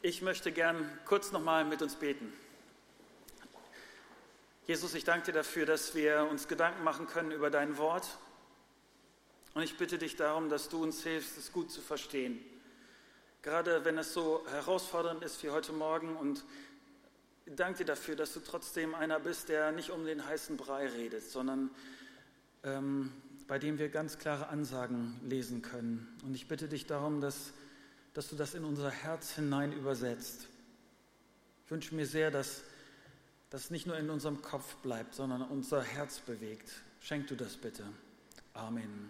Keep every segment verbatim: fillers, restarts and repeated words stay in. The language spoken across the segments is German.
Ich möchte gern kurz nochmal mit uns beten. Jesus, ich danke dir dafür, dass wir uns Gedanken machen können über dein Wort. Und ich bitte dich darum, dass du uns hilfst, es gut zu verstehen. Gerade wenn es so herausfordernd ist wie heute Morgen. Und ich danke dir dafür, dass du trotzdem einer bist, der nicht um den heißen Brei redet, sondern ähm, bei dem wir ganz klare Ansagen lesen können. Und ich bitte dich darum, dass, dass du das in unser Herz hinein übersetzt. Ich wünsche mir sehr, dass das nicht nur in unserem Kopf bleibt, sondern unser Herz bewegt. Schenk du das bitte. Amen.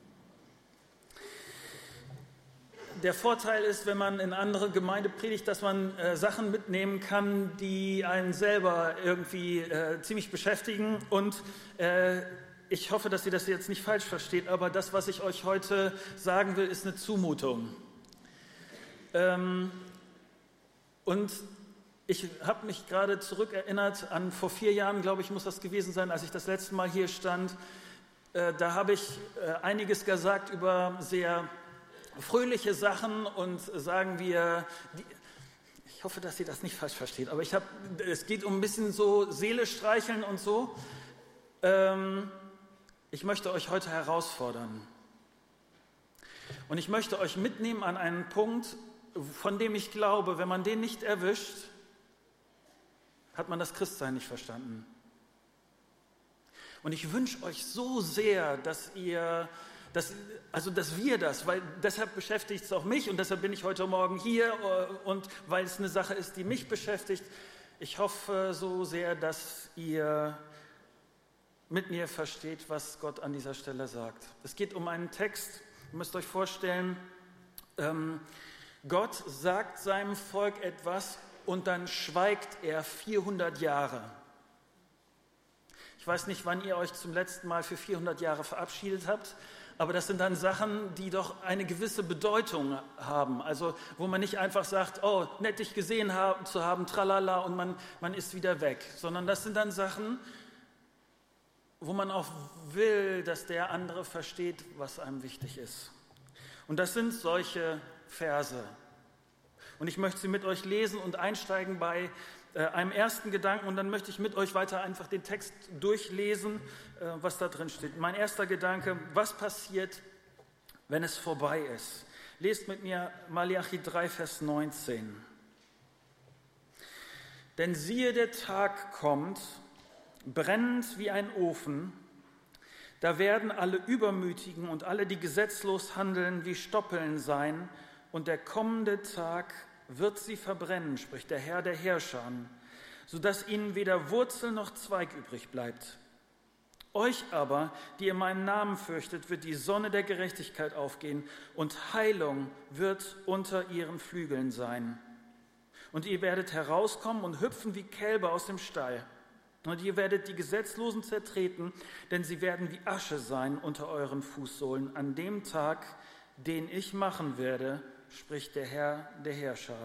Der Vorteil ist, wenn man in andere Gemeinde predigt, dass man äh, Sachen mitnehmen kann, die einen selber irgendwie äh, ziemlich beschäftigen. Und äh, ich hoffe, dass ihr das jetzt nicht falsch versteht, aber das, was ich euch heute sagen will, ist eine Zumutung. Ähm, und ich habe mich gerade zurückerinnert an vor vier Jahren, glaube ich, muss das gewesen sein, als ich das letzte Mal hier stand. Äh, da habe ich äh, einiges gesagt über sehr fröhliche Sachen und sagen wir, die, ich hoffe, dass ihr das nicht falsch versteht, aber ich habe, es geht um ein bisschen so Seele streicheln und so. Ähm, ich möchte euch heute herausfordern. Und ich möchte euch mitnehmen an einen Punkt, von dem ich glaube, wenn man den nicht erwischt, hat man das Christsein nicht verstanden. Und ich wünsche euch so sehr, dass ihr, dass, also dass wir das, weil deshalb beschäftigt es auch mich und deshalb bin ich heute Morgen hier und weil es eine Sache ist, die mich beschäftigt. Ich hoffe so sehr, dass ihr mit mir versteht, was Gott an dieser Stelle sagt. Es geht um einen Text, ihr müsst euch vorstellen, ähm, Gott sagt seinem Volk etwas und dann schweigt er vierhundert Jahre. Ich weiß nicht, wann ihr euch zum letzten Mal für vierhundert Jahre verabschiedet habt, aber das sind dann Sachen, die doch eine gewisse Bedeutung haben. Also wo man nicht einfach sagt, oh, nett dich gesehen haben, zu haben, tralala, und man, man ist wieder weg. Sondern das sind dann Sachen, wo man auch will, dass der andere versteht, was einem wichtig ist. Und das sind solche Verse. Und ich möchte sie mit euch lesen und einsteigen bei äh, einem ersten Gedanken. Und dann möchte ich mit euch weiter einfach den Text durchlesen, äh, was da drin steht. Mein erster Gedanke, was passiert, wenn es vorbei ist? Lest mit mir Malachi drei, Vers neunzehn. Denn siehe, der Tag kommt, brennend wie ein Ofen, da werden alle Übermütigen und alle, die gesetzlos handeln, wie Stoppeln sein, und der kommende Tag wird sie verbrennen, spricht der Herr der Herrscher, sodass ihnen weder Wurzel noch Zweig übrig bleibt. Euch aber, die ihr meinen Namen fürchtet, wird die Sonne der Gerechtigkeit aufgehen und Heilung wird unter ihren Flügeln sein. Und ihr werdet herauskommen und hüpfen wie Kälber aus dem Stall. Und ihr werdet die Gesetzlosen zertreten, denn sie werden wie Asche sein unter euren Fußsohlen an dem Tag, den ich machen werde, spricht der Herr der Herrscher.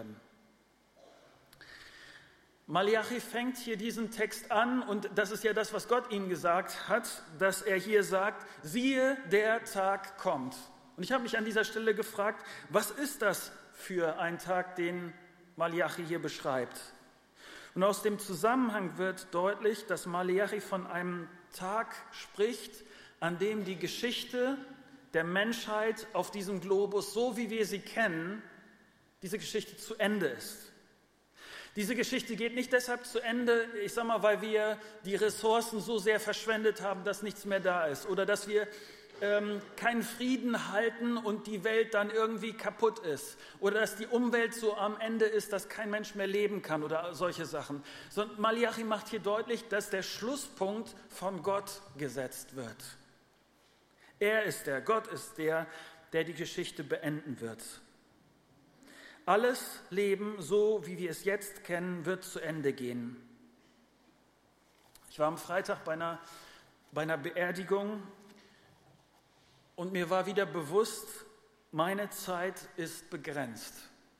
Malachi fängt hier diesen Text an und das ist ja das, was Gott ihm gesagt hat, dass er hier sagt, siehe, der Tag kommt. Und ich habe mich an dieser Stelle gefragt, was ist das für ein Tag, den Malachi hier beschreibt? Und aus dem Zusammenhang wird deutlich, dass Malachi von einem Tag spricht, an dem die Geschichte der Menschheit auf diesem Globus, so wie wir sie kennen, diese Geschichte zu Ende ist. Diese Geschichte geht nicht deshalb zu Ende, ich sag mal, weil wir die Ressourcen so sehr verschwendet haben, dass nichts mehr da ist oder dass wir ähm, keinen Frieden halten und die Welt dann irgendwie kaputt ist oder dass die Umwelt so am Ende ist, dass kein Mensch mehr leben kann oder solche Sachen. Sondern Malachi macht hier deutlich, dass der Schlusspunkt von Gott gesetzt wird. Er ist der, Gott ist der, der die Geschichte beenden wird. Alles Leben, so wie wir es jetzt kennen, wird zu Ende gehen. Ich war am Freitag bei einer, bei einer Beerdigung und mir war wieder bewusst, meine Zeit ist begrenzt.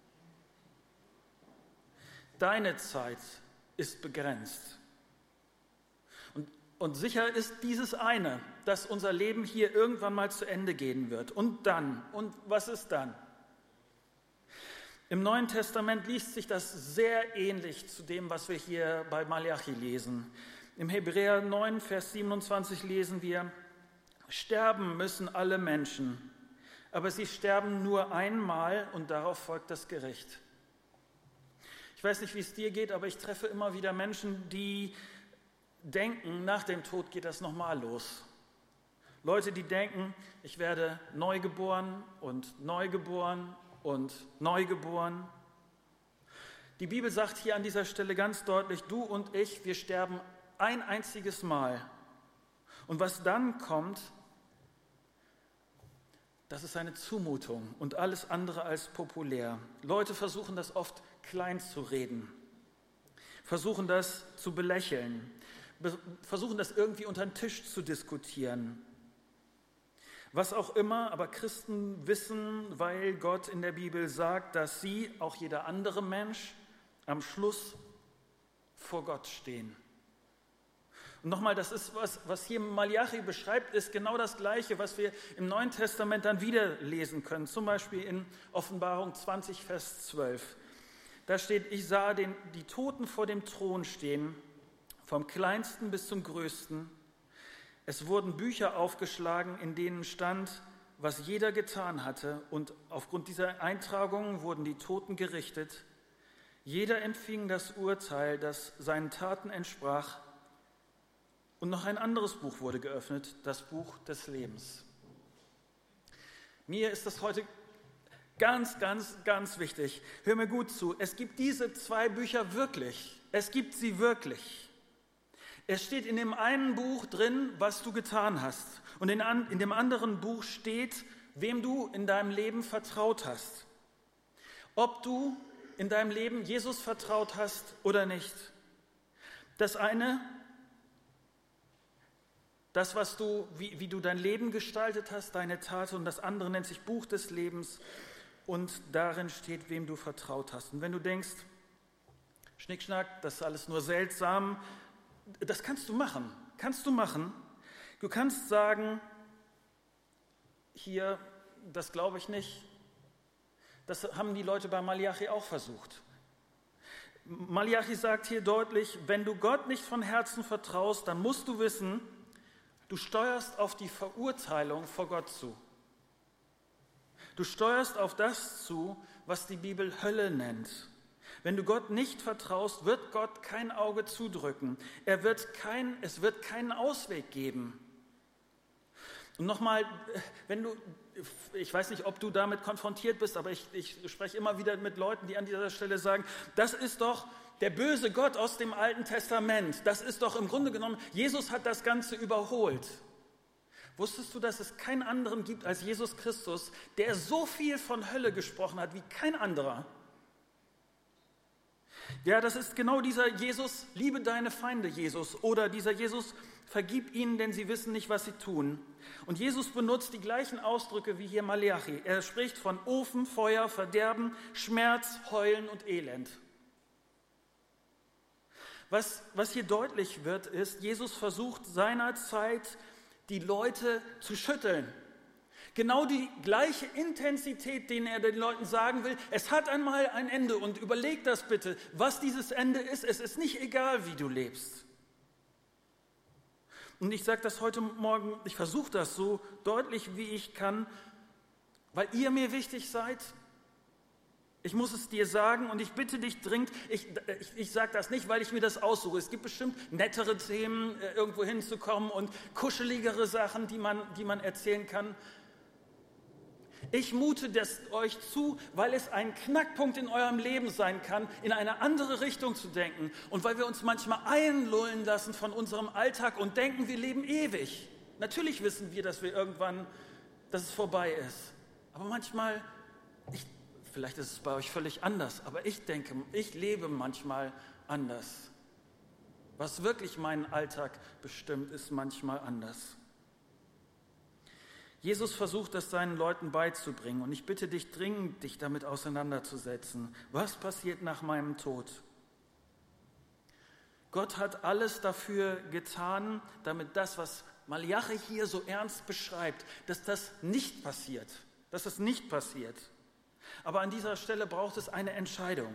Deine Zeit ist begrenzt. Und, und sicher ist dieses eine, dass unser Leben hier irgendwann mal zu Ende gehen wird. Und dann? Und was ist dann? Im Neuen Testament liest sich das sehr ähnlich zu dem, was wir hier bei Malachi lesen. Im Hebräer neun, Vers siebenundzwanzig lesen wir: Sterben müssen alle Menschen, aber sie sterben nur einmal und darauf folgt das Gericht. Ich weiß nicht, wie es dir geht, aber ich treffe immer wieder Menschen, die denken, nach dem Tod geht das nochmal los. Leute, die denken, ich werde neu geboren und neu geboren und neu geboren. Die Bibel sagt hier an dieser Stelle ganz deutlich, du und ich, wir sterben ein einziges Mal. Und was dann kommt, das ist eine Zumutung und alles andere als populär. Leute versuchen das oft klein zu reden, versuchen das zu belächeln, versuchen das irgendwie unter den Tisch zu diskutieren. Was auch immer, aber Christen wissen, weil Gott in der Bibel sagt, dass sie, auch jeder andere Mensch, am Schluss vor Gott stehen. Und nochmal, das ist was, was hier Malachi beschreibt, ist genau das Gleiche, was wir im Neuen Testament dann wieder lesen können. Zum Beispiel in Offenbarung zwanzig, Vers zwölf. Da steht, ich sah den, die Toten vor dem Thron stehen, vom Kleinsten bis zum Größten. Es wurden Bücher aufgeschlagen, in denen stand, was jeder getan hatte. Und aufgrund dieser Eintragungen wurden die Toten gerichtet. Jeder empfing das Urteil, das seinen Taten entsprach. Und noch ein anderes Buch wurde geöffnet, das Buch des Lebens. Mir ist das heute ganz, ganz, ganz wichtig. Hör mir gut zu. Es gibt diese zwei Bücher wirklich. Es gibt sie wirklich. Es steht in dem einen Buch drin, was du getan hast. Und in, in dem anderen Buch steht, wem du in deinem Leben vertraut hast. Ob du in deinem Leben Jesus vertraut hast oder nicht. Das eine, das, was du, wie, wie du dein Leben gestaltet hast, deine Taten, und das andere nennt sich Buch des Lebens und darin steht, wem du vertraut hast. Und wenn du denkst, Schnickschnack, das ist alles nur seltsam, das kannst du machen, kannst du machen. Du kannst sagen, hier, das glaube ich nicht. Das haben die Leute bei Malachi auch versucht. Malachi sagt hier deutlich, wenn du Gott nicht von Herzen vertraust, dann musst du wissen, du steuerst auf die Verurteilung vor Gott zu. Du steuerst auf das zu, was die Bibel Hölle nennt. Wenn du Gott nicht vertraust, wird Gott kein Auge zudrücken. Er wird kein, es wird keinen Ausweg geben. Und nochmal, wenn du, ich weiß nicht, ob du damit konfrontiert bist, aber ich, ich spreche immer wieder mit Leuten, die an dieser Stelle sagen, das ist doch der böse Gott aus dem Alten Testament. Das ist doch im Grunde genommen, Jesus hat das Ganze überholt. Wusstest du, dass es keinen anderen gibt als Jesus Christus, der so viel von Hölle gesprochen hat wie kein anderer? Ja, das ist genau dieser Jesus, liebe deine Feinde, Jesus, oder dieser Jesus, vergib ihnen, denn sie wissen nicht, was sie tun. Und Jesus benutzt die gleichen Ausdrücke wie hier Malachi. Er spricht von Ofen, Feuer, Verderben, Schmerz, Heulen und Elend. Was, was hier deutlich wird, ist, Jesus versucht seinerzeit, die Leute zu schütteln. Genau die gleiche Intensität, den er den Leuten sagen will, es hat einmal ein Ende und überleg das bitte, was dieses Ende ist. Es ist nicht egal, wie du lebst. Und ich sage das heute Morgen, ich versuche das so deutlich, wie ich kann, weil ihr mir wichtig seid. Ich muss es dir sagen und ich bitte dich dringend, ich, ich, ich sage das nicht, weil ich mir das aussuche. Es gibt bestimmt nettere Themen, irgendwo hinzukommen und kuscheligere Sachen, die man, die man erzählen kann. Ich mute das euch zu, weil es ein Knackpunkt in eurem Leben sein kann, in eine andere Richtung zu denken. Und weil wir uns manchmal einlullen lassen von unserem Alltag und denken, wir leben ewig. Natürlich wissen wir, dass wir irgendwann, dass es vorbei ist. Aber manchmal, ich, vielleicht ist es bei euch völlig anders, aber ich denke, ich lebe manchmal anders. Was wirklich meinen Alltag bestimmt, ist manchmal anders. Jesus versucht, das seinen Leuten beizubringen und ich bitte dich dringend, dich damit auseinanderzusetzen. Was passiert nach meinem Tod? Gott hat alles dafür getan, damit das, was Malachi hier so ernst beschreibt, dass das nicht passiert, dass das nicht passiert. Aber an dieser Stelle braucht es eine Entscheidung.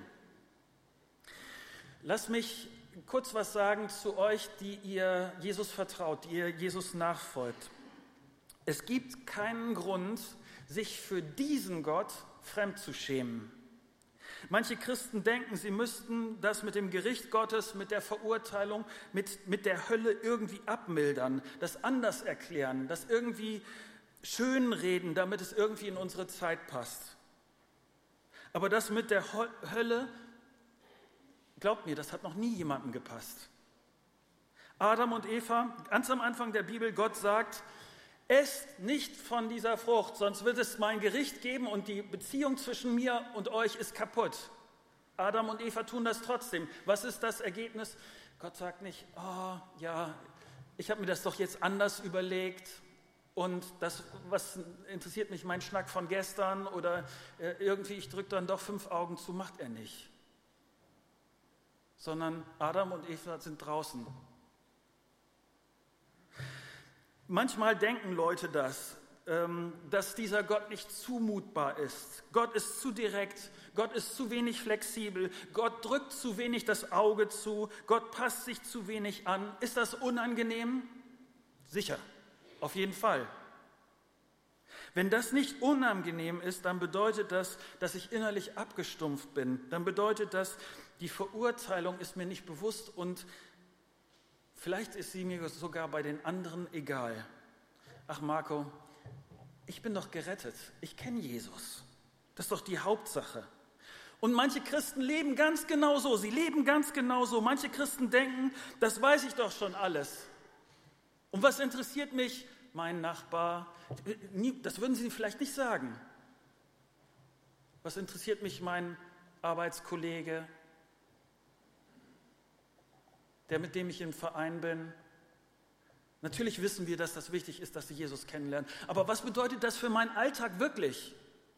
Lasst mich kurz was sagen zu euch, die ihr Jesus vertraut, die ihr Jesus nachfolgt. Es gibt keinen Grund, sich für diesen Gott fremd zu schämen. Manche Christen denken, sie müssten das mit dem Gericht Gottes, mit der Verurteilung, mit, mit der Hölle irgendwie abmildern, das anders erklären, das irgendwie schönreden, damit es irgendwie in unsere Zeit passt. Aber das mit der Hölle, glaubt mir, das hat noch nie jemandem gepasst. Adam und Eva, ganz am Anfang der Bibel, Gott sagt, esst nicht von dieser Frucht, sonst wird es mein Gericht geben und die Beziehung zwischen mir und euch ist kaputt. Adam und Eva tun das trotzdem. Was ist das Ergebnis? Gott sagt nicht, oh ja, ich habe mir das doch jetzt anders überlegt und das, was interessiert mich, mein Schnack von gestern oder äh, irgendwie, ich drücke dann doch fünf Augen zu, macht er nicht. Sondern Adam und Eva sind draußen. Manchmal denken Leute das, dass dieser Gott nicht zumutbar ist. Gott ist zu direkt, Gott ist zu wenig flexibel, Gott drückt zu wenig das Auge zu, Gott passt sich zu wenig an. Ist das unangenehm? Sicher, auf jeden Fall. Wenn das nicht unangenehm ist, dann bedeutet das, dass ich innerlich abgestumpft bin. Dann bedeutet das, die Verurteilung ist mir nicht bewusst und vielleicht ist sie mir sogar bei den anderen egal. Ach Marco, ich bin doch gerettet. Ich kenne Jesus. Das ist doch die Hauptsache. Und manche Christen leben ganz genau so. Sie leben ganz genau so. Manche Christen denken, das weiß ich doch schon alles. Und was interessiert mich? Mein Nachbar. Das würden sie vielleicht nicht sagen. Was interessiert mich mein Arbeitskollege? Der, mit dem ich im Verein bin. Natürlich wissen wir, dass das wichtig ist, dass sie Jesus kennenlernen. Aber was bedeutet das für meinen Alltag wirklich?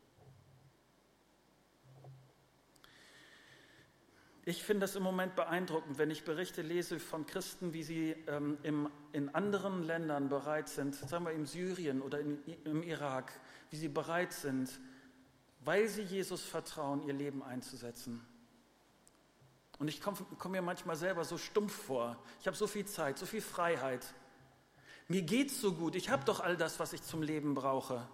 Ich finde das im Moment beeindruckend, wenn ich Berichte lese von Christen, wie sie ähm, im, in anderen Ländern bereit sind, sagen wir in Syrien oder in, im Irak, wie sie bereit sind, weil sie Jesus vertrauen, ihr Leben einzusetzen. Und ich komme komm mir manchmal selber so stumpf vor. Ich habe so viel Zeit, so viel Freiheit. Mir geht's so gut. Ich habe doch all das, was ich zum Leben brauche.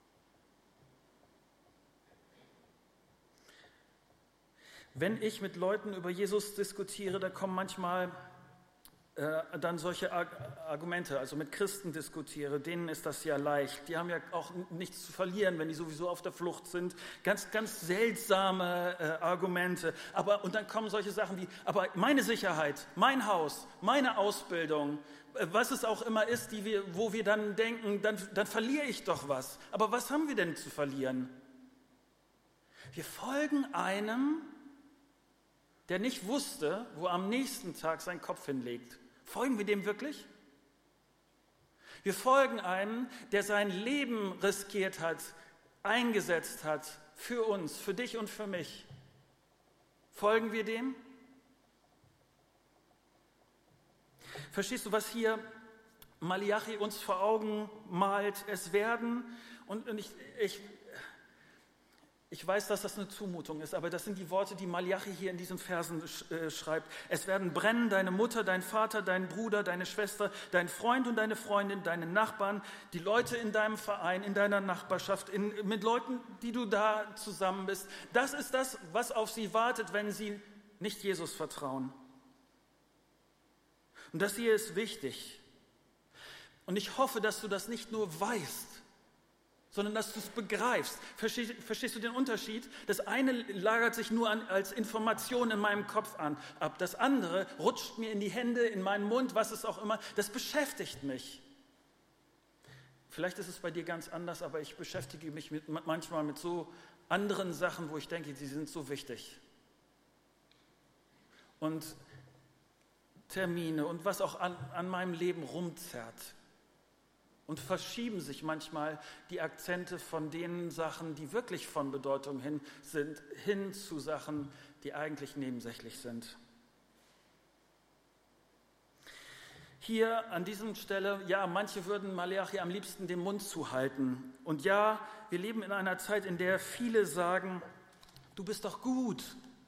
Wenn ich mit Leuten über Jesus diskutiere, da kommen manchmal äh, dann solche Ar- Argumente, also mit Christen diskutiere, denen ist das ja leicht. Die haben ja auch nichts zu verlieren, wenn die sowieso auf der Flucht sind. Ganz, ganz seltsame äh, Argumente. Aber, und dann kommen solche Sachen wie, aber meine Sicherheit, mein Haus, meine Ausbildung, äh, was es auch immer ist, die wir, wo wir dann denken, dann, dann verliere ich doch was. Aber was haben wir denn zu verlieren? Wir folgen einem, der nicht wusste, wo am nächsten Tag sein Kopf hinlegt. Folgen wir dem wirklich? Wir folgen einem, der sein Leben riskiert hat, eingesetzt hat für uns, für dich und für mich. Folgen wir dem? Verstehst du, was hier Malachi uns vor Augen malt? Es werden, und ich, ich Ich weiß, dass das eine Zumutung ist, aber das sind die Worte, die Malachi hier in diesen Versen äh, schreibt. Es werden brennen deine Mutter, dein Vater, dein Bruder, deine Schwester, dein Freund und deine Freundin, deine Nachbarn, die Leute in deinem Verein, in deiner Nachbarschaft, in, mit Leuten, die du da zusammen bist. Das ist das, was auf sie wartet, wenn sie nicht Jesus vertrauen. Und das hier ist wichtig. Und ich hoffe, dass du das nicht nur weißt, sondern dass du es begreifst. Verstehst, verstehst du den Unterschied? Das eine lagert sich nur an, als Information in meinem Kopf an, ab. Das andere rutscht mir in die Hände, in meinen Mund, was es auch immer. Das beschäftigt mich. Vielleicht ist es bei dir ganz anders, aber ich beschäftige mich mit, manchmal mit so anderen Sachen, wo ich denke, die sind so wichtig. Und Termine und was auch an, an meinem Leben rumzerrt. Und verschieben sich manchmal die Akzente von den Sachen, die wirklich von Bedeutung hin sind, hin zu Sachen, die eigentlich nebensächlich sind. Hier an dieser Stelle, ja, manche würden Maleachi am liebsten den Mund zuhalten. Und ja, wir leben in einer Zeit, in der viele sagen, du bist doch gut.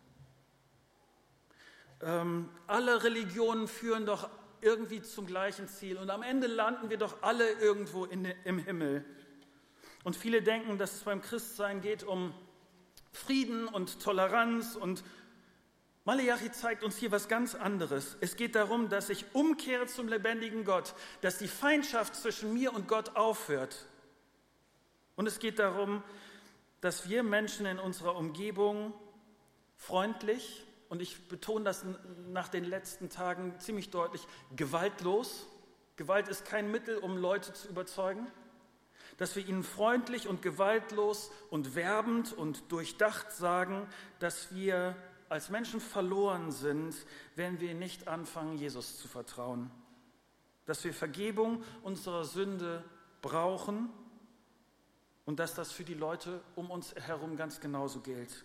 Ähm, alle Religionen führen doch irgendwie zum gleichen Ziel und am Ende landen wir doch alle irgendwo in, im Himmel. Und viele denken, dass es beim Christsein geht um Frieden und Toleranz, und Maleachi zeigt uns hier was ganz anderes. Es geht darum, dass ich umkehre zum lebendigen Gott, dass die Feindschaft zwischen mir und Gott aufhört. Und es geht darum, dass wir Menschen in unserer Umgebung freundlich, und ich betone das nach den letzten Tagen ziemlich deutlich, gewaltlos, Gewalt ist kein Mittel, um Leute zu überzeugen, dass wir ihnen freundlich und gewaltlos und werbend und durchdacht sagen, dass wir als Menschen verloren sind, wenn wir nicht anfangen, Jesus zu vertrauen. Dass wir Vergebung unserer Sünde brauchen und dass das für die Leute um uns herum ganz genauso gilt.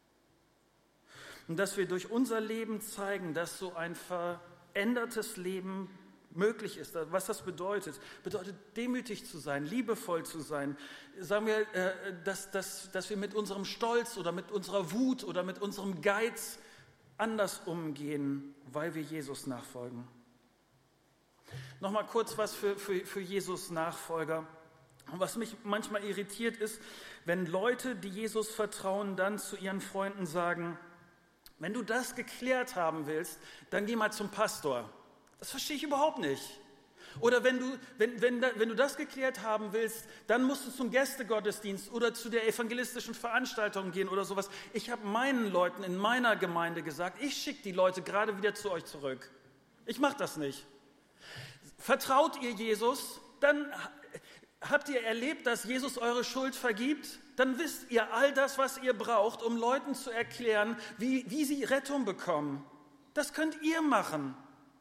Und dass wir durch unser Leben zeigen, dass so ein verändertes Leben möglich ist. Was das bedeutet, bedeutet demütig zu sein, liebevoll zu sein. Sagen wir, dass, dass, dass wir mit unserem Stolz oder mit unserer Wut oder mit unserem Geiz anders umgehen, weil wir Jesus nachfolgen. Nochmal kurz was für, für, für Jesus Nachfolger. Was mich manchmal irritiert ist, wenn Leute, die Jesus vertrauen, dann zu ihren Freunden sagen, wenn du das geklärt haben willst, dann geh mal zum Pastor. Das verstehe ich überhaupt nicht. Oder wenn du, wenn, wenn, wenn du das geklärt haben willst, dann musst du zum Gästegottesdienst oder zu der evangelistischen Veranstaltung gehen oder sowas. Ich habe meinen Leuten in meiner Gemeinde gesagt, ich schicke die Leute gerade wieder zu euch zurück. Ich mache das nicht. Vertraut ihr Jesus, dann habt ihr erlebt, dass Jesus eure Schuld vergibt, dann wisst ihr all das, was ihr braucht, um Leuten zu erklären, wie, wie sie Rettung bekommen. Das könnt ihr machen.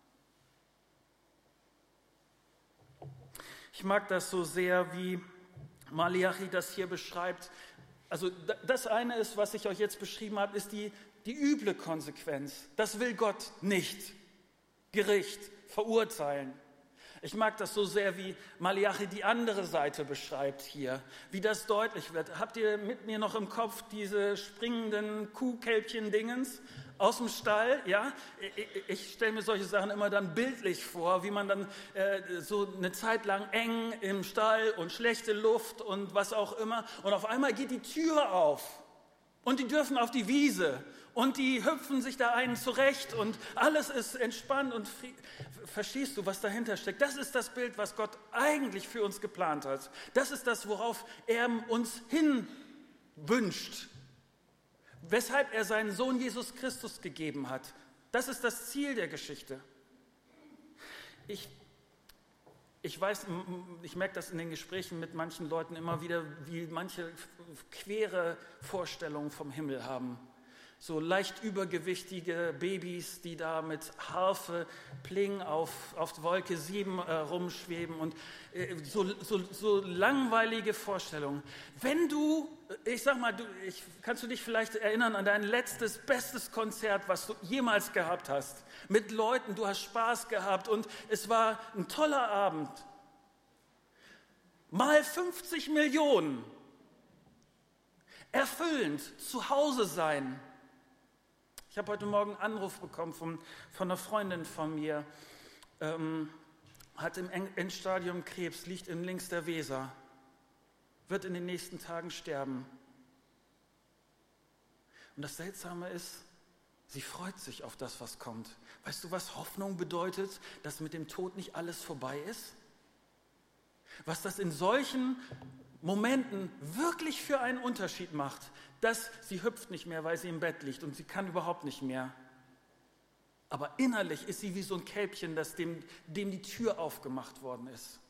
Ich mag das so sehr, wie Maleachi das hier beschreibt. Also das eine ist, was ich euch jetzt beschrieben habe, ist die, die üble Konsequenz. Das will Gott nicht. Gericht, verurteilen. Ich mag das so sehr, wie Maleachi die andere Seite beschreibt hier, wie das deutlich wird. Habt ihr mit mir noch im Kopf diese springenden Kuhkälbchen-Dingens aus dem Stall? Ja? Ich, ich stelle mir solche Sachen immer dann bildlich vor, wie man dann äh, so eine Zeit lang eng im Stall und schlechte Luft und was auch immer. Und auf einmal geht die Tür auf und die dürfen auf die Wiese. Und die hüpfen sich da einen zurecht und alles ist entspannt und fried- verstehst du, was dahinter steckt? Das ist das Bild, was Gott eigentlich für uns geplant hat. Das ist das, worauf er uns hinwünscht. Weshalb er seinen Sohn Jesus Christus gegeben hat. Das ist das Ziel der Geschichte. Ich, ich weiß, ich merke das in den Gesprächen mit manchen Leuten immer wieder, wie manche quere Vorstellungen vom Himmel haben. So leicht übergewichtige Babys, die da mit Harfe, Pling auf, auf Wolke sieben äh, rumschweben und äh, so, so, so langweilige Vorstellungen. Wenn du, ich sag mal, du, ich, kannst du dich vielleicht erinnern an dein letztes, bestes Konzert, was du jemals gehabt hast? Mit Leuten, du hast Spaß gehabt und es war ein toller Abend. Mal fünfzig Millionen. Erfüllend, zu Hause sein. Ich habe heute Morgen einen Anruf bekommen von, von einer Freundin von mir, ähm, hat im Endstadium Krebs, liegt in links der Weser, wird in den nächsten Tagen sterben. Und das Seltsame ist, sie freut sich auf das, was kommt. Weißt du, was Hoffnung bedeutet, dass mit dem Tod nicht alles vorbei ist? Was das in solchen Momenten wirklich für einen Unterschied macht, dass sie hüpft nicht mehr, weil sie im Bett liegt und sie kann überhaupt nicht mehr. Aber innerlich ist sie wie so ein Kälbchen, das dem, dem die Tür aufgemacht worden ist.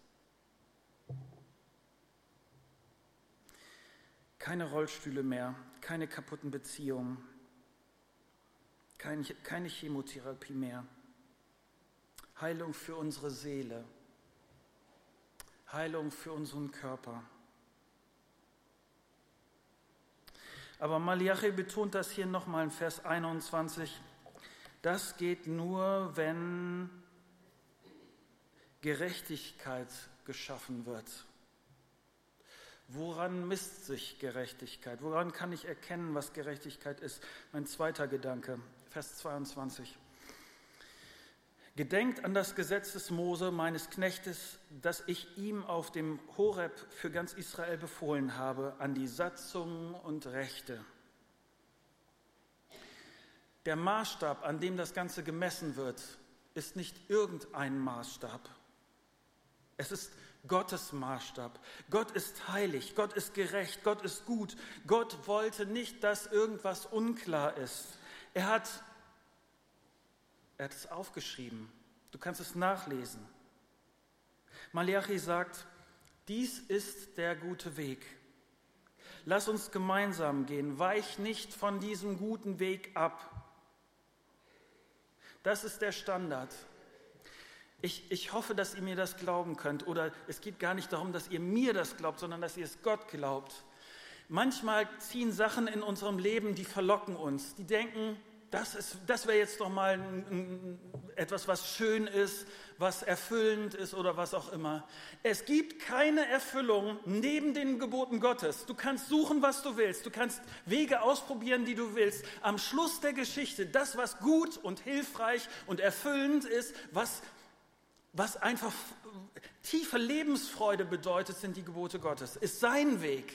Keine Rollstühle mehr, keine kaputten Beziehungen, keine, keine Chemotherapie mehr. Heilung für unsere Seele, Heilung für unseren Körper. Aber Maleachi betont das hier nochmal in Vers einundzwanzig. Das geht nur, wenn Gerechtigkeit geschaffen wird. Woran misst sich Gerechtigkeit? Woran kann ich erkennen, was Gerechtigkeit ist? Mein zweiter Gedanke, Vers zweiundzwanzig. Gedenkt an das Gesetz des Mose, meines Knechtes, das ich ihm auf dem Horeb für ganz Israel befohlen habe, an die Satzungen und Rechte. Der Maßstab, an dem das Ganze gemessen wird, ist nicht irgendein Maßstab. Es ist Gottes Maßstab. Gott ist heilig, Gott ist gerecht, Gott ist gut. Gott wollte nicht, dass irgendwas unklar ist. Er hat, er hat es aufgeschrieben. Du kannst es nachlesen. Malachi sagt, dies ist der gute Weg. Lass uns gemeinsam gehen, weich nicht von diesem guten Weg ab. Das ist der Standard. Ich, ich hoffe, dass ihr mir das glauben könnt. Oder es geht gar nicht darum, dass ihr mir das glaubt, sondern dass ihr es Gott glaubt. Manchmal ziehen Sachen in unserem Leben, die verlocken uns. Die denken, das ist, das wäre jetzt doch mal ein, ein, etwas, was schön ist, was erfüllend ist oder was auch immer. Es gibt keine Erfüllung neben den Geboten Gottes. Du kannst suchen, was du willst. Du kannst Wege ausprobieren, die du willst. Am Schluss der Geschichte, das, was gut und hilfreich und erfüllend ist, was Was einfach tiefe Lebensfreude bedeutet, sind die Gebote Gottes. Ist sein Weg.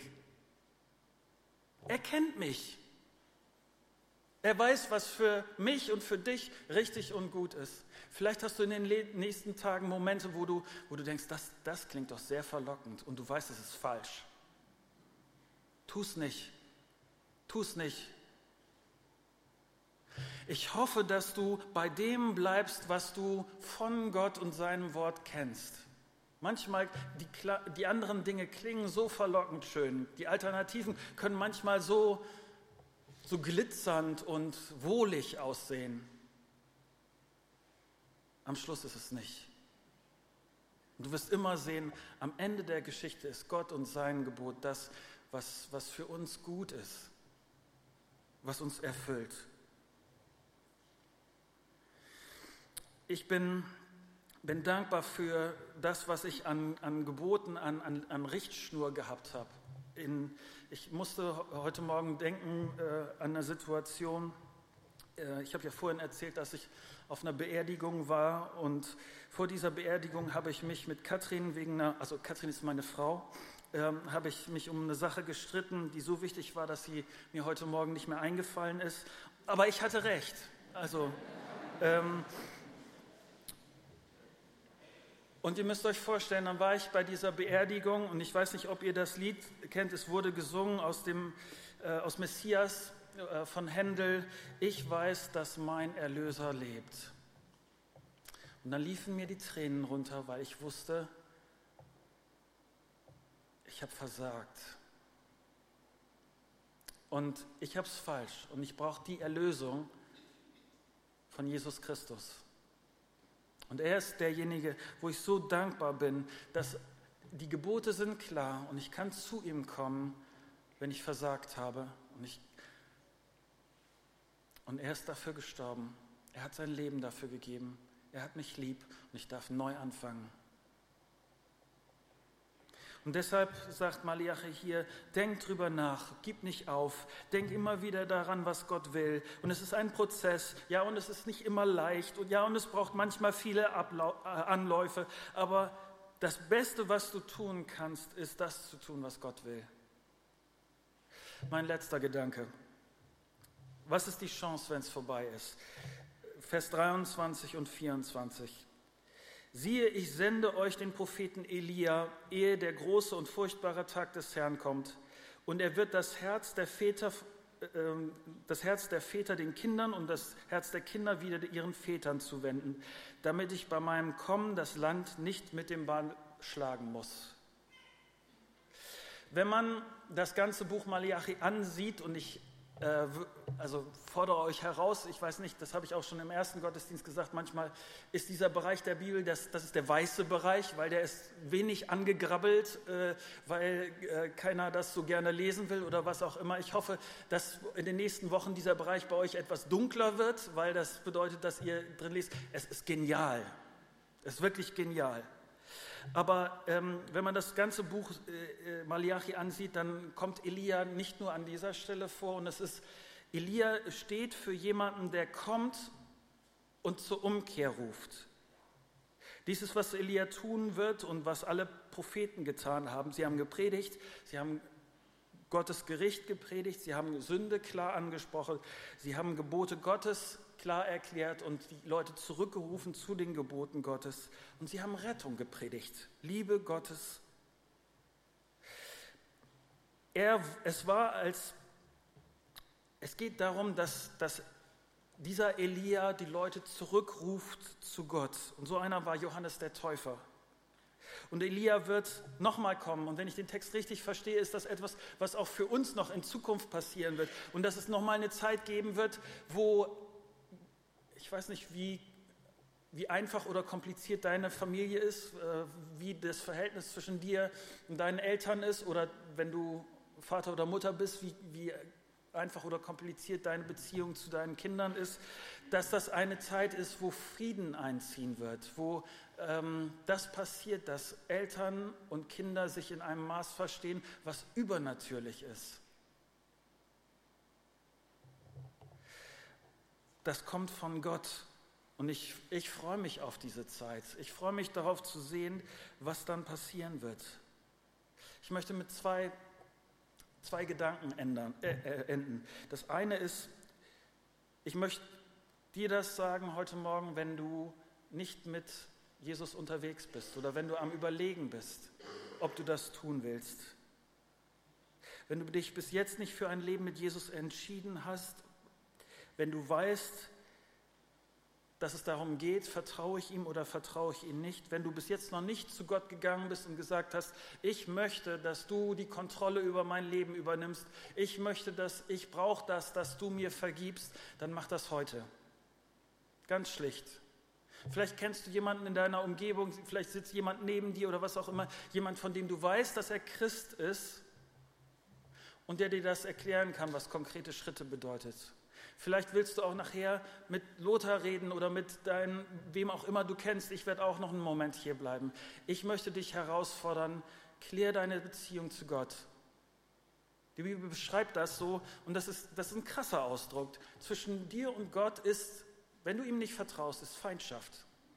Er kennt mich. Er weiß, was für mich und für dich richtig und gut ist. Vielleicht hast du in den nächsten Tagen Momente, wo du, wo du denkst, das, das klingt doch sehr verlockend und du weißt, es ist falsch. Tu's nicht. Tu's nicht. Ich hoffe, dass du bei dem bleibst, was du von Gott und seinem Wort kennst. Manchmal, die, die anderen Dinge klingen so verlockend schön. Die Alternativen können manchmal so, so glitzernd und wohlig aussehen. Am Schluss ist es nicht. Und du wirst immer sehen, am Ende der Geschichte ist Gott und sein Gebot das, was, was für uns gut ist, was uns erfüllt. Ich bin, bin dankbar für das, was ich an, an Geboten, an, an, an Richtschnur gehabt habe. In, ich musste heute Morgen denken äh, an eine Situation. Äh, ich habe ja vorhin erzählt, dass ich auf einer Beerdigung war. Und vor dieser Beerdigung habe ich mich mit Katrin wegen einer, also Katrin ist meine Frau, äh, habe ich mich um eine Sache gestritten, die so wichtig war, dass sie mir heute Morgen nicht mehr eingefallen ist. Aber ich hatte recht. Also ähm, Und ihr müsst euch vorstellen, dann war ich bei dieser Beerdigung und ich weiß nicht, ob ihr das Lied kennt, es wurde gesungen aus, dem, äh, aus Messias äh, von Händel, ich weiß, dass mein Erlöser lebt. Und dann liefen mir die Tränen runter, weil ich wusste, ich habe versagt. Und ich habe es falsch und ich brauche die Erlösung von Jesus Christus. Und er ist derjenige, wo ich so dankbar bin, dass die Gebote sind klar und ich kann zu ihm kommen, wenn ich versagt habe. Und, ich, und er ist dafür gestorben. Er hat sein Leben dafür gegeben. Er hat mich lieb und ich darf neu anfangen. Und deshalb sagt Malachi hier, denk drüber nach, gib nicht auf, denk immer wieder daran, was Gott will. Und es ist ein Prozess, ja, und es ist nicht immer leicht, und ja, und es braucht manchmal viele Ablau- äh, Anläufe, aber das Beste, was du tun kannst, ist das zu tun, was Gott will. Mein letzter Gedanke. Was ist die Chance, wenn es vorbei ist? Vers dreiundzwanzig und vierundzwanzig. Siehe, ich sende euch den Propheten Elia, ehe der große und furchtbare Tag des Herrn kommt. Und er wird das Herz der Väter, äh, das Herz der Väter den Kindern und das Herz der Kinder wieder ihren Vätern zuwenden, damit ich bei meinem Kommen das Land nicht mit dem Bann schlagen muss. Wenn man das ganze Buch Malachi ansieht, und ich äh, also fordere euch heraus, ich weiß nicht, das habe ich auch schon im ersten Gottesdienst gesagt, manchmal ist dieser Bereich der Bibel, das, das ist der weiße Bereich, weil der ist wenig angegrabbelt, äh, weil äh, keiner das so gerne lesen will oder was auch immer. Ich hoffe, dass in den nächsten Wochen dieser Bereich bei euch etwas dunkler wird, weil das bedeutet, dass ihr drin lest. Es ist genial. Das ist wirklich genial. Aber ähm, wenn man das ganze Buch äh, Malachi ansieht, dann kommt Elia nicht nur an dieser Stelle vor. Und es ist, Elia steht für jemanden, der kommt und zur Umkehr ruft. Dies ist, was Elia tun wird und was alle Propheten getan haben. Sie haben gepredigt, sie haben Gottes Gericht gepredigt, sie haben Sünde klar angesprochen, sie haben Gebote Gottes klar erklärt und die Leute zurückgerufen zu den Geboten Gottes. Und sie haben Rettung gepredigt, Liebe Gottes. Er, es war als, es geht darum, dass, dass dieser Elia die Leute zurückruft zu Gott. Und so einer war Johannes der Täufer. Und Elia wird nochmal kommen. Und wenn ich den Text richtig verstehe, ist das etwas, was auch für uns noch in Zukunft passieren wird. Und dass es nochmal eine Zeit geben wird, wo, ich weiß nicht, wie, wie einfach oder kompliziert deine Familie ist, äh, wie das Verhältnis zwischen dir und deinen Eltern ist, oder wenn du Vater oder Mutter bist, wie, wie einfach oder kompliziert deine Beziehung zu deinen Kindern ist, dass das eine Zeit ist, wo Frieden einziehen wird, wo ähm, das passiert, dass Eltern und Kinder sich in einem Maß verstehen, was übernatürlich ist. Das kommt von Gott und ich, ich freue mich auf diese Zeit. Ich freue mich darauf zu sehen, was dann passieren wird. Ich möchte mit zwei, zwei Gedanken ändern, äh, äh, enden. Das eine ist, ich möchte dir das sagen heute Morgen, wenn du nicht mit Jesus unterwegs bist oder wenn du am Überlegen bist, ob du das tun willst. Wenn du dich bis jetzt nicht für ein Leben mit Jesus entschieden hast, wenn du weißt, dass es darum geht, vertraue ich ihm oder vertraue ich ihm nicht, wenn du bis jetzt noch nicht zu Gott gegangen bist und gesagt hast, ich möchte, dass du die Kontrolle über mein Leben übernimmst, ich möchte, dass ich brauche das, dass du mir vergibst, dann mach das heute. Ganz schlicht. Vielleicht kennst du jemanden in deiner Umgebung, vielleicht sitzt jemand neben dir oder was auch immer, jemand, von dem du weißt, dass er Christ ist und der dir das erklären kann, was konkrete Schritte bedeutet. Vielleicht willst du auch nachher mit Lothar reden oder mit deinem, wem auch immer du kennst. Ich werde auch noch einen Moment hier bleiben. Ich möchte dich herausfordern, klär deine Beziehung zu Gott. Die Bibel beschreibt das so und das ist, das ist ein krasser Ausdruck. Zwischen dir und Gott ist, wenn du ihm nicht vertraust, ist Feindschaft.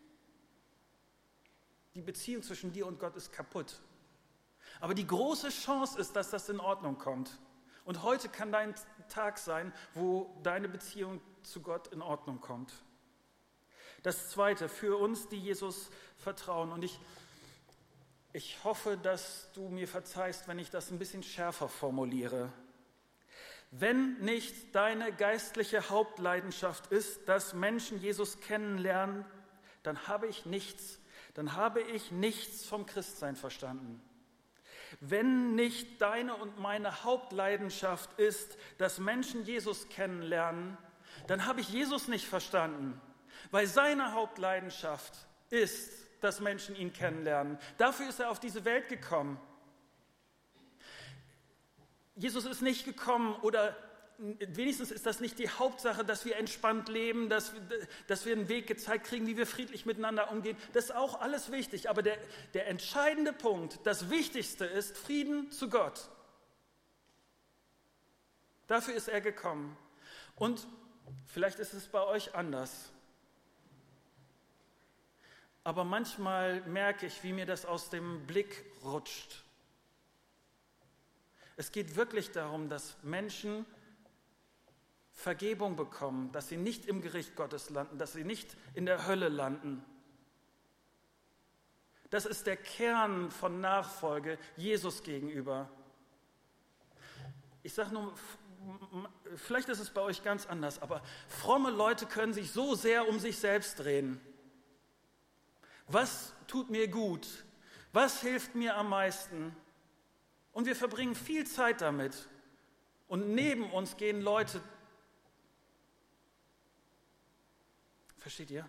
Die Beziehung zwischen dir und Gott ist kaputt. Aber die große Chance ist, dass das in Ordnung kommt. Und heute kann dein Tag sein, wo deine Beziehung zu Gott in Ordnung kommt. Das Zweite, für uns, die Jesus vertrauen. Und ich, ich hoffe, dass du mir verzeihst, wenn ich das ein bisschen schärfer formuliere. Wenn nicht deine geistliche Hauptleidenschaft ist, dass Menschen Jesus kennenlernen, dann habe ich nichts, dann habe ich nichts vom Christsein verstanden. Wenn nicht deine und meine Hauptleidenschaft ist, dass Menschen Jesus kennenlernen, dann habe ich Jesus nicht verstanden, weil seine Hauptleidenschaft ist, dass Menschen ihn kennenlernen. Dafür ist er auf diese Welt gekommen. Jesus ist nicht gekommen oder wenigstens ist das nicht die Hauptsache, dass wir entspannt leben, dass, dass wir einen Weg gezeigt kriegen, wie wir friedlich miteinander umgehen. Das ist auch alles wichtig, aber der, der entscheidende Punkt, das Wichtigste ist Frieden zu Gott. Dafür ist er gekommen. Und vielleicht ist es bei euch anders. Aber manchmal merke ich, wie mir das aus dem Blick rutscht. Es geht wirklich darum, dass Menschen Vergebung bekommen, dass sie nicht im Gericht Gottes landen, dass sie nicht in der Hölle landen. Das ist der Kern von Nachfolge Jesus gegenüber. Ich sage nur, vielleicht ist es bei euch ganz anders, aber fromme Leute können sich so sehr um sich selbst drehen. Was tut mir gut? Was hilft mir am meisten? Und wir verbringen viel Zeit damit. Und neben uns gehen Leute. Versteht ihr?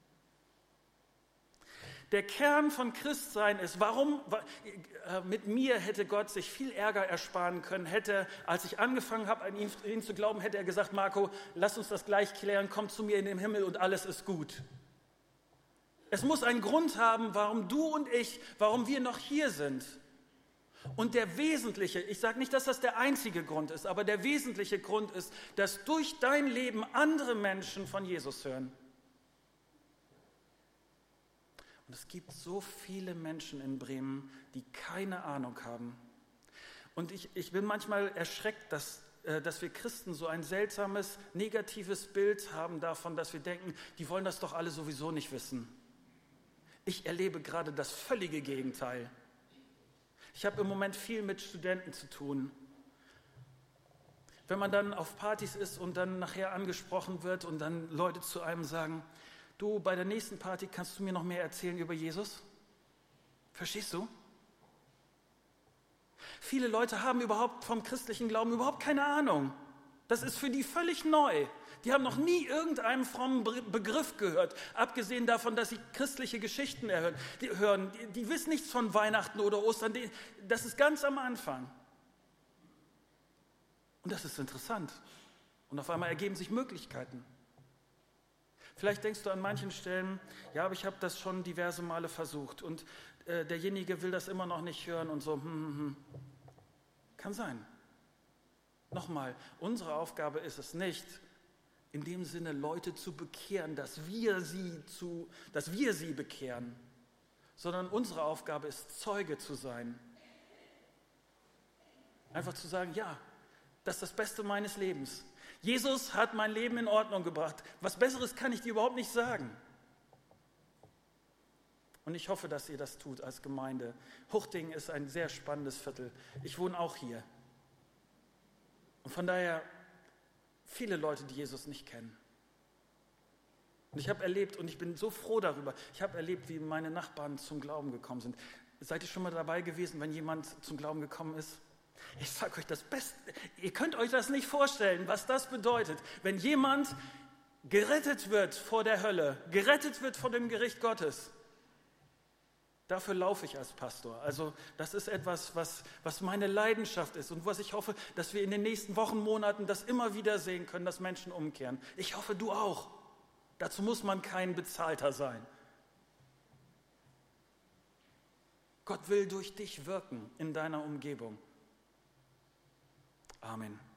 Der Kern von Christsein ist, warum, mit mir hätte Gott sich viel Ärger ersparen können, hätte, als ich angefangen habe, an ihn, ihn zu glauben, hätte er gesagt, Marco, lass uns das gleich klären, komm zu mir in den Himmel und alles ist gut. Es muss einen Grund haben, warum du und ich, warum wir noch hier sind. Und der wesentliche, ich sage nicht, dass das der einzige Grund ist, aber der wesentliche Grund ist, dass durch dein Leben andere Menschen von Jesus hören. Und es gibt so viele Menschen in Bremen, die keine Ahnung haben. Und ich, ich bin manchmal erschreckt, dass, äh, dass wir Christen so ein seltsames, negatives Bild haben davon, dass wir denken, die wollen das doch alle sowieso nicht wissen. Ich erlebe gerade das völlige Gegenteil. Ich habe im Moment viel mit Studenten zu tun. Wenn man dann auf Partys ist und dann nachher angesprochen wird und dann Leute zu einem sagen, du, bei der nächsten Party kannst du mir noch mehr erzählen über Jesus? Verstehst du? Viele Leute haben überhaupt vom christlichen Glauben überhaupt keine Ahnung. Das ist für die völlig neu. Die haben noch nie irgendeinen frommen Begriff gehört, abgesehen davon, dass sie christliche Geschichten hören. Die, hören, die, die wissen nichts von Weihnachten oder Ostern. Die, das ist ganz am Anfang. Und das ist interessant. Und auf einmal ergeben sich Möglichkeiten. Vielleicht denkst du an manchen Stellen, ja, aber ich habe das schon diverse Male versucht und äh, derjenige will das immer noch nicht hören und so. Hm, hm, hm. Kann sein. Nochmal, unsere Aufgabe ist es nicht, in dem Sinne Leute zu bekehren, dass wir sie, zu, dass wir sie bekehren, sondern unsere Aufgabe ist, Zeuge zu sein. Einfach zu sagen, ja, das ist das Beste meines Lebens. Jesus hat mein Leben in Ordnung gebracht. Was Besseres kann ich dir überhaupt nicht sagen. Und ich hoffe, dass ihr das tut als Gemeinde. Huchting ist ein sehr spannendes Viertel. Ich wohne auch hier. Und von daher viele Leute, die Jesus nicht kennen. Und ich habe erlebt, und ich bin so froh darüber, ich habe erlebt, wie meine Nachbarn zum Glauben gekommen sind. Seid ihr schon mal dabei gewesen, wenn jemand zum Glauben gekommen ist? Ich sage euch das Beste, ihr könnt euch das nicht vorstellen, was das bedeutet, wenn jemand gerettet wird vor der Hölle, gerettet wird vor dem Gericht Gottes. Dafür laufe ich als Pastor. Also das ist etwas, was, was meine Leidenschaft ist und was ich hoffe, dass wir in den nächsten Wochen, Monaten das immer wieder sehen können, dass Menschen umkehren. Ich hoffe, du auch. Dazu muss man kein Bezahlter sein. Gott will durch dich wirken in deiner Umgebung. Amen.